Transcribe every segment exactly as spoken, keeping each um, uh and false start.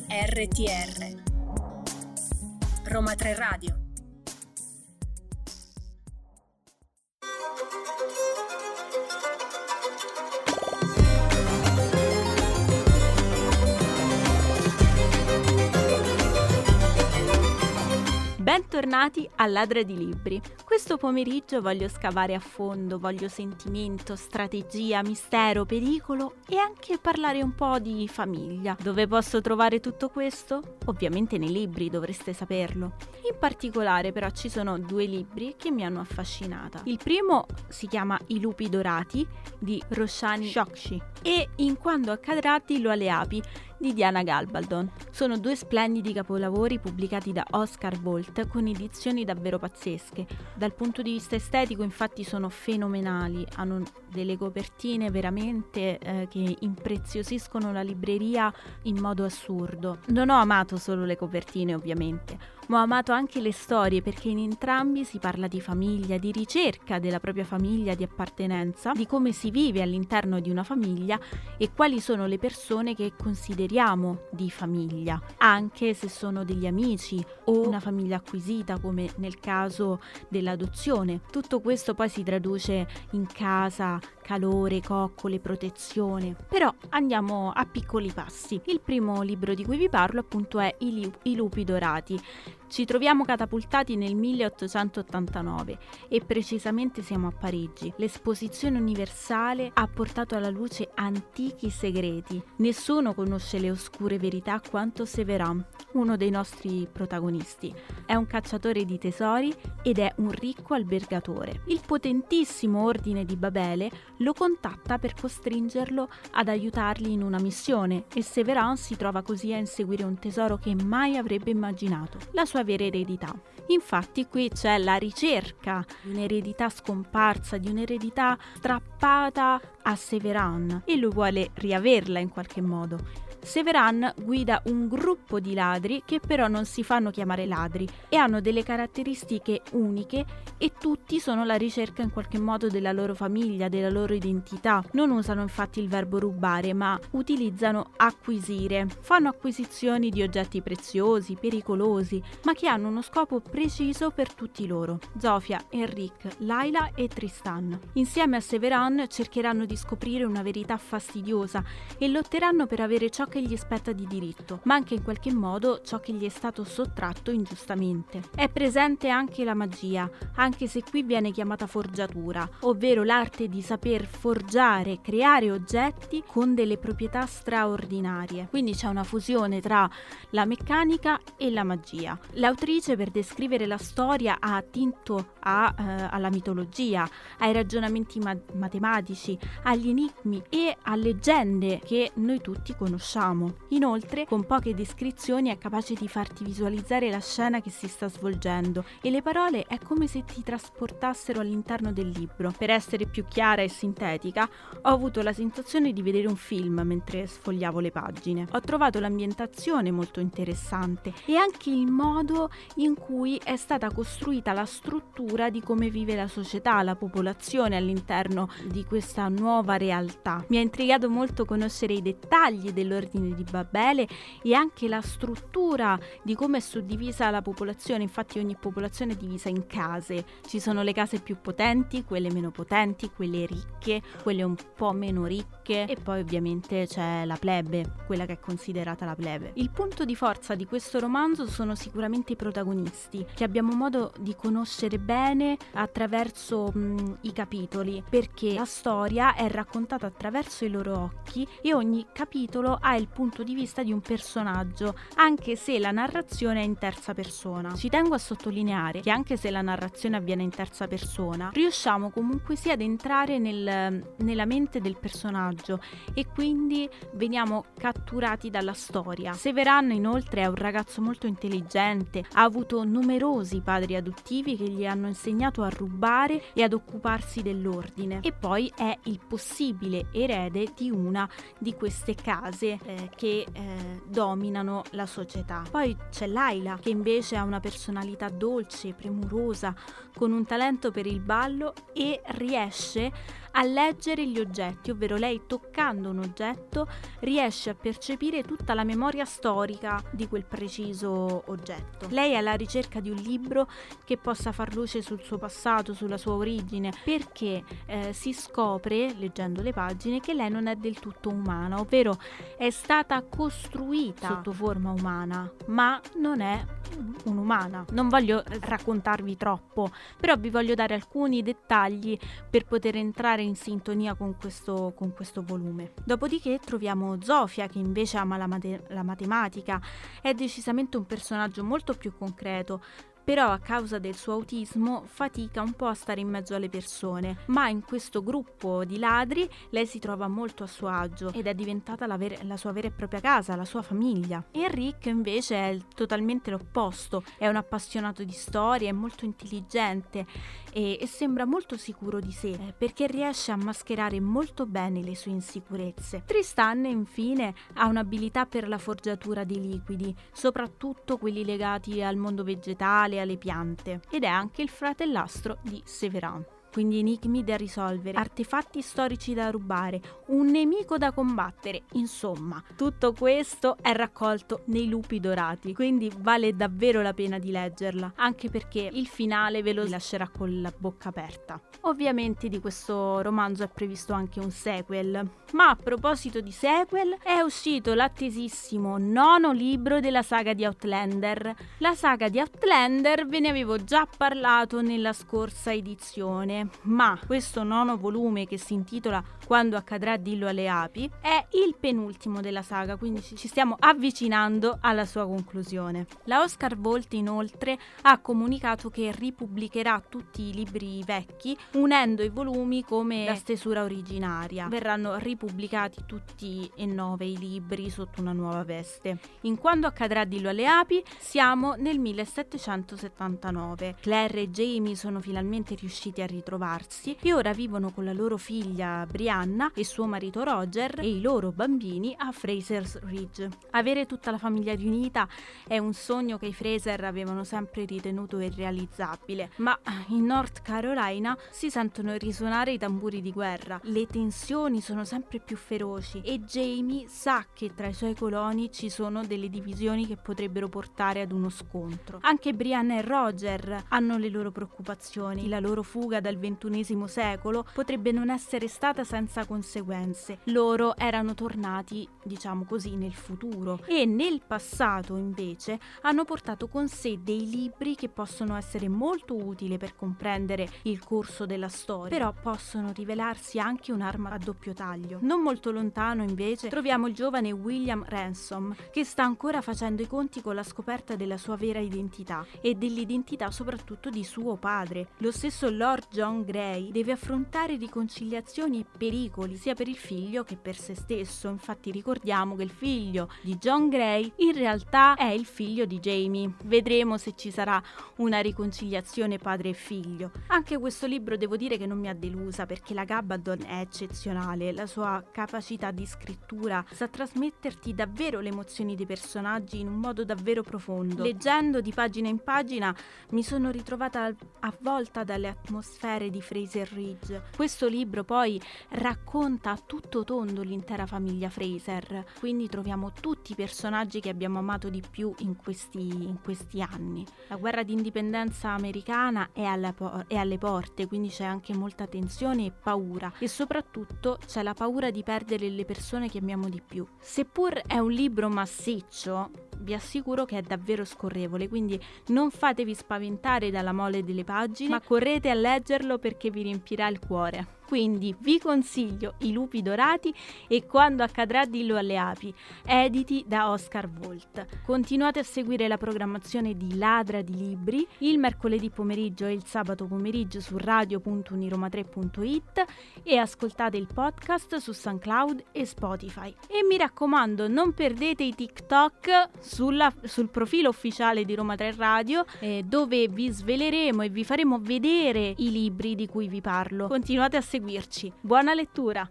R T R Roma tre Radio. Bentornati a Ladra di Libri. Questo pomeriggio voglio scavare a fondo, voglio sentimento, strategia, mistero, pericolo e anche parlare un po' di famiglia. Dove posso trovare tutto questo? Ovviamente nei libri, dovreste saperlo. In particolare però ci sono due libri che mi hanno affascinata. Il primo si chiama I lupi dorati di Roshani Chokshi e In quando accadrà dillo alle api di Diana Gabaldon. Sono due splendidi capolavori pubblicati da Oscar Bolt con edizioni davvero pazzesche. Dal punto di vista estetico infatti sono fenomenali, hanno delle copertine veramente eh, che impreziosiscono la libreria in modo assurdo. Non ho amato solo le copertine ovviamente, ma ho amato anche le storie perché in entrambi si parla di famiglia, di ricerca della propria famiglia di appartenenza, di come si vive all'interno di una famiglia e quali sono le persone che consideriamo di famiglia, anche se sono degli amici o una famiglia acquisita come nel caso dell'adozione. Tutto questo poi si traduce in casa, calore, coccole, protezione. Però andiamo a piccoli passi. Il primo libro di cui vi parlo appunto è I, li- I lupi dorati. Ci troviamo catapultati nel milleottocentottantanove e precisamente siamo a Parigi. L'esposizione universale ha portato alla luce antichi segreti. Nessuno conosce le oscure verità quanto Séverin, uno dei nostri protagonisti. È un cacciatore di tesori ed è un ricco albergatore. Il potentissimo ordine di Babele lo contatta per costringerlo ad aiutarli in una missione e Séverin si trova così a inseguire un tesoro che mai avrebbe immaginato, la sua vera eredità. Infatti qui c'è la ricerca di un'eredità scomparsa, di un'eredità strappata a Séverin e lui vuole riaverla in qualche modo. Séverin guida un gruppo di ladri che però non si fanno chiamare ladri e hanno delle caratteristiche uniche e tutti sono alla ricerca in qualche modo della loro famiglia, della loro identità. Non usano infatti il verbo rubare, ma utilizzano acquisire. Fanno acquisizioni di oggetti preziosi, pericolosi, ma che hanno uno scopo preciso per tutti loro. Zofia, Enrique, Laila e Tristan. Insieme a Séverin cercheranno di scoprire una verità fastidiosa e lotteranno per avere ciò che gli spetta di diritto, ma anche in qualche modo ciò che gli è stato sottratto ingiustamente. È presente anche la magia, anche se qui viene chiamata forgiatura, ovvero l'arte di saper forgiare, creare oggetti con delle proprietà straordinarie. Quindi c'è una fusione tra la meccanica e la magia. L'autrice per descrivere la storia ha attinto a, eh, alla mitologia, ai ragionamenti ma- matematici, agli enigmi e a leggende che noi tutti conosciamo. Inoltre, con poche descrizioni è capace di farti visualizzare la scena che si sta svolgendo e le parole è come se ti trasportassero all'interno del libro. Per essere più chiara e sintetica, ho avuto la sensazione di vedere un film mentre sfogliavo le pagine. Ho trovato l'ambientazione molto interessante e anche il modo in cui è stata costruita la struttura di come vive la società, la popolazione all'interno di questa nuova realtà. Mi ha intrigato molto conoscere i dettagli dell'ordine di Babele e anche la struttura di come è suddivisa la popolazione. Infatti ogni popolazione è divisa in case. Ci sono le case più potenti, quelle meno potenti, quelle ricche, quelle un po' meno ricche e poi ovviamente c'è la plebe, quella che è considerata la plebe. Il punto di forza di questo romanzo sono sicuramente i protagonisti, che abbiamo modo di conoscere bene attraverso mh, i capitoli, perché la storia è raccontata attraverso i loro occhi e ogni capitolo ha il punto di vista di un personaggio, anche se la narrazione è in terza persona. Ci tengo a sottolineare che anche se la narrazione avviene in terza persona, riusciamo comunque sia ad entrare nel, nella mente del personaggio e quindi veniamo catturati dalla storia. Séverin inoltre è un ragazzo molto intelligente, ha avuto numerosi padri adottivi che gli hanno insegnato a rubare e ad occuparsi dell'ordine e poi è il possibile erede di una di queste case eh, che eh, dominano la società. Poi c'è Laila, che invece ha una personalità dolce, premurosa, con un talento per il ballo e riesce a leggere gli oggetti, ovvero lei toccando un oggetto riesce a percepire tutta la memoria storica di quel preciso oggetto. Lei è alla ricerca di un libro che possa far luce sul suo passato, sulla sua origine, perché eh, si scopre, leggendo le pagine, che lei non è del tutto umana, ovvero è stata costruita sotto forma umana, ma non è un'umana. Non voglio raccontarvi troppo, però vi voglio dare alcuni dettagli per poter entrare in sintonia con questo, con questo volume. Dopodiché troviamo Zofia, che invece ama la, mate- la matematica, è decisamente un personaggio molto più concreto, però a causa del suo autismo fatica un po' a stare in mezzo alle persone, ma in questo gruppo di ladri lei si trova molto a suo agio ed è diventata la, ver- la sua vera e propria casa, la sua famiglia. Enric invece è il- totalmente l'opposto, è un appassionato di storia, è molto intelligente e, e sembra molto sicuro di sé, eh, perché riesce a mascherare molto bene le sue insicurezze. Tristan infine ha un'abilità per la forgiatura dei liquidi, soprattutto quelli legati al mondo vegetale, alle piante, ed è anche il fratellastro di Severin. Quindi enigmi da risolvere, artefatti storici da rubare, un nemico da combattere, insomma, tutto questo è raccolto nei Lupi Dorati, quindi vale davvero la pena di leggerla, anche perché il finale ve lo lascerà con la bocca aperta. Ovviamente di questo romanzo è previsto anche un sequel, ma a proposito di sequel è uscito l'attesissimo nono libro della saga di Outlander. La saga di Outlander ve ne avevo già parlato nella scorsa edizione, ma questo nono volume, che si intitola Quando accadrà dillo alle api, è il penultimo della saga, quindi ci stiamo avvicinando alla sua conclusione. La Oscar Volt inoltre ha comunicato che ripubblicherà tutti i libri vecchi unendo i volumi come la stesura originaria. Verranno ripubblicati tutti e nove i libri sotto una nuova veste. In Quando accadrà dillo alle api siamo nel millesettecentosettantanove. Claire e Jamie sono finalmente riusciti a ritrovarsi e ora vivono con la loro figlia Brianna e suo marito Roger e i loro bambini a Fraser's Ridge. Avere tutta la famiglia riunita è un sogno che i Fraser avevano sempre ritenuto irrealizzabile, ma in North Carolina si sentono risuonare i tamburi di guerra, le tensioni sono sempre più feroci e Jamie sa che tra i suoi coloni ci sono delle divisioni che potrebbero portare ad uno scontro. Anche Brianna e Roger hanno le loro preoccupazioni, la loro fuga dal ventunesimo secolo potrebbe non essere stata senza conseguenze. Loro erano tornati, diciamo così, nel futuro e nel passato invece hanno portato con sé dei libri che possono essere molto utili per comprendere il corso della storia, però possono rivelarsi anche un'arma a doppio taglio. Non molto lontano invece troviamo il giovane William Ransom, che sta ancora facendo i conti con la scoperta della sua vera identità e dell'identità soprattutto di suo padre. Lo stesso Lord John Grey deve affrontare riconciliazioni e pericoli sia per il figlio che per se stesso. Infatti ricordiamo che il figlio di John Grey in realtà è il figlio di Jamie. Vedremo se ci sarà una riconciliazione padre e figlio. Anche questo libro devo dire che non mi ha delusa, perché la Gabaldon è eccezionale, la sua capacità di scrittura sa trasmetterti davvero le emozioni dei personaggi in un modo davvero profondo. Leggendo di pagina in pagina mi sono ritrovata avvolta dalle atmosfere di Fraser Ridge. Questo libro poi racconta a tutto tondo l'intera famiglia Fraser, quindi troviamo tutti i personaggi che abbiamo amato di più in questi, in questi anni. La guerra di indipendenza americana è, alla po- è alle porte, quindi c'è anche molta tensione e paura, e soprattutto c'è la paura di perdere le persone che amiamo di più. Seppur è un libro massiccio, vi assicuro che è davvero scorrevole, quindi non fatevi spaventare dalla mole delle pagine, ma correte a leggerlo perché vi riempirà il cuore. Quindi vi consiglio I Lupi Dorati e Quando accadrà dillo alle api, editi da Oscar Volt. Continuate a seguire la programmazione di Ladra di Libri il mercoledì pomeriggio e il sabato pomeriggio su radio punto uniroma tre punto it e ascoltate il podcast su SoundCloud e Spotify. E mi raccomando, non perdete i TikTok sulla, sul profilo ufficiale di Roma tre Radio, eh, dove vi sveleremo e vi faremo vedere i libri di cui vi parlo. Continuate a seguirci. Buona lettura!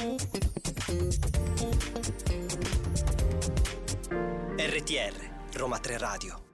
R T R, Roma tre Radio.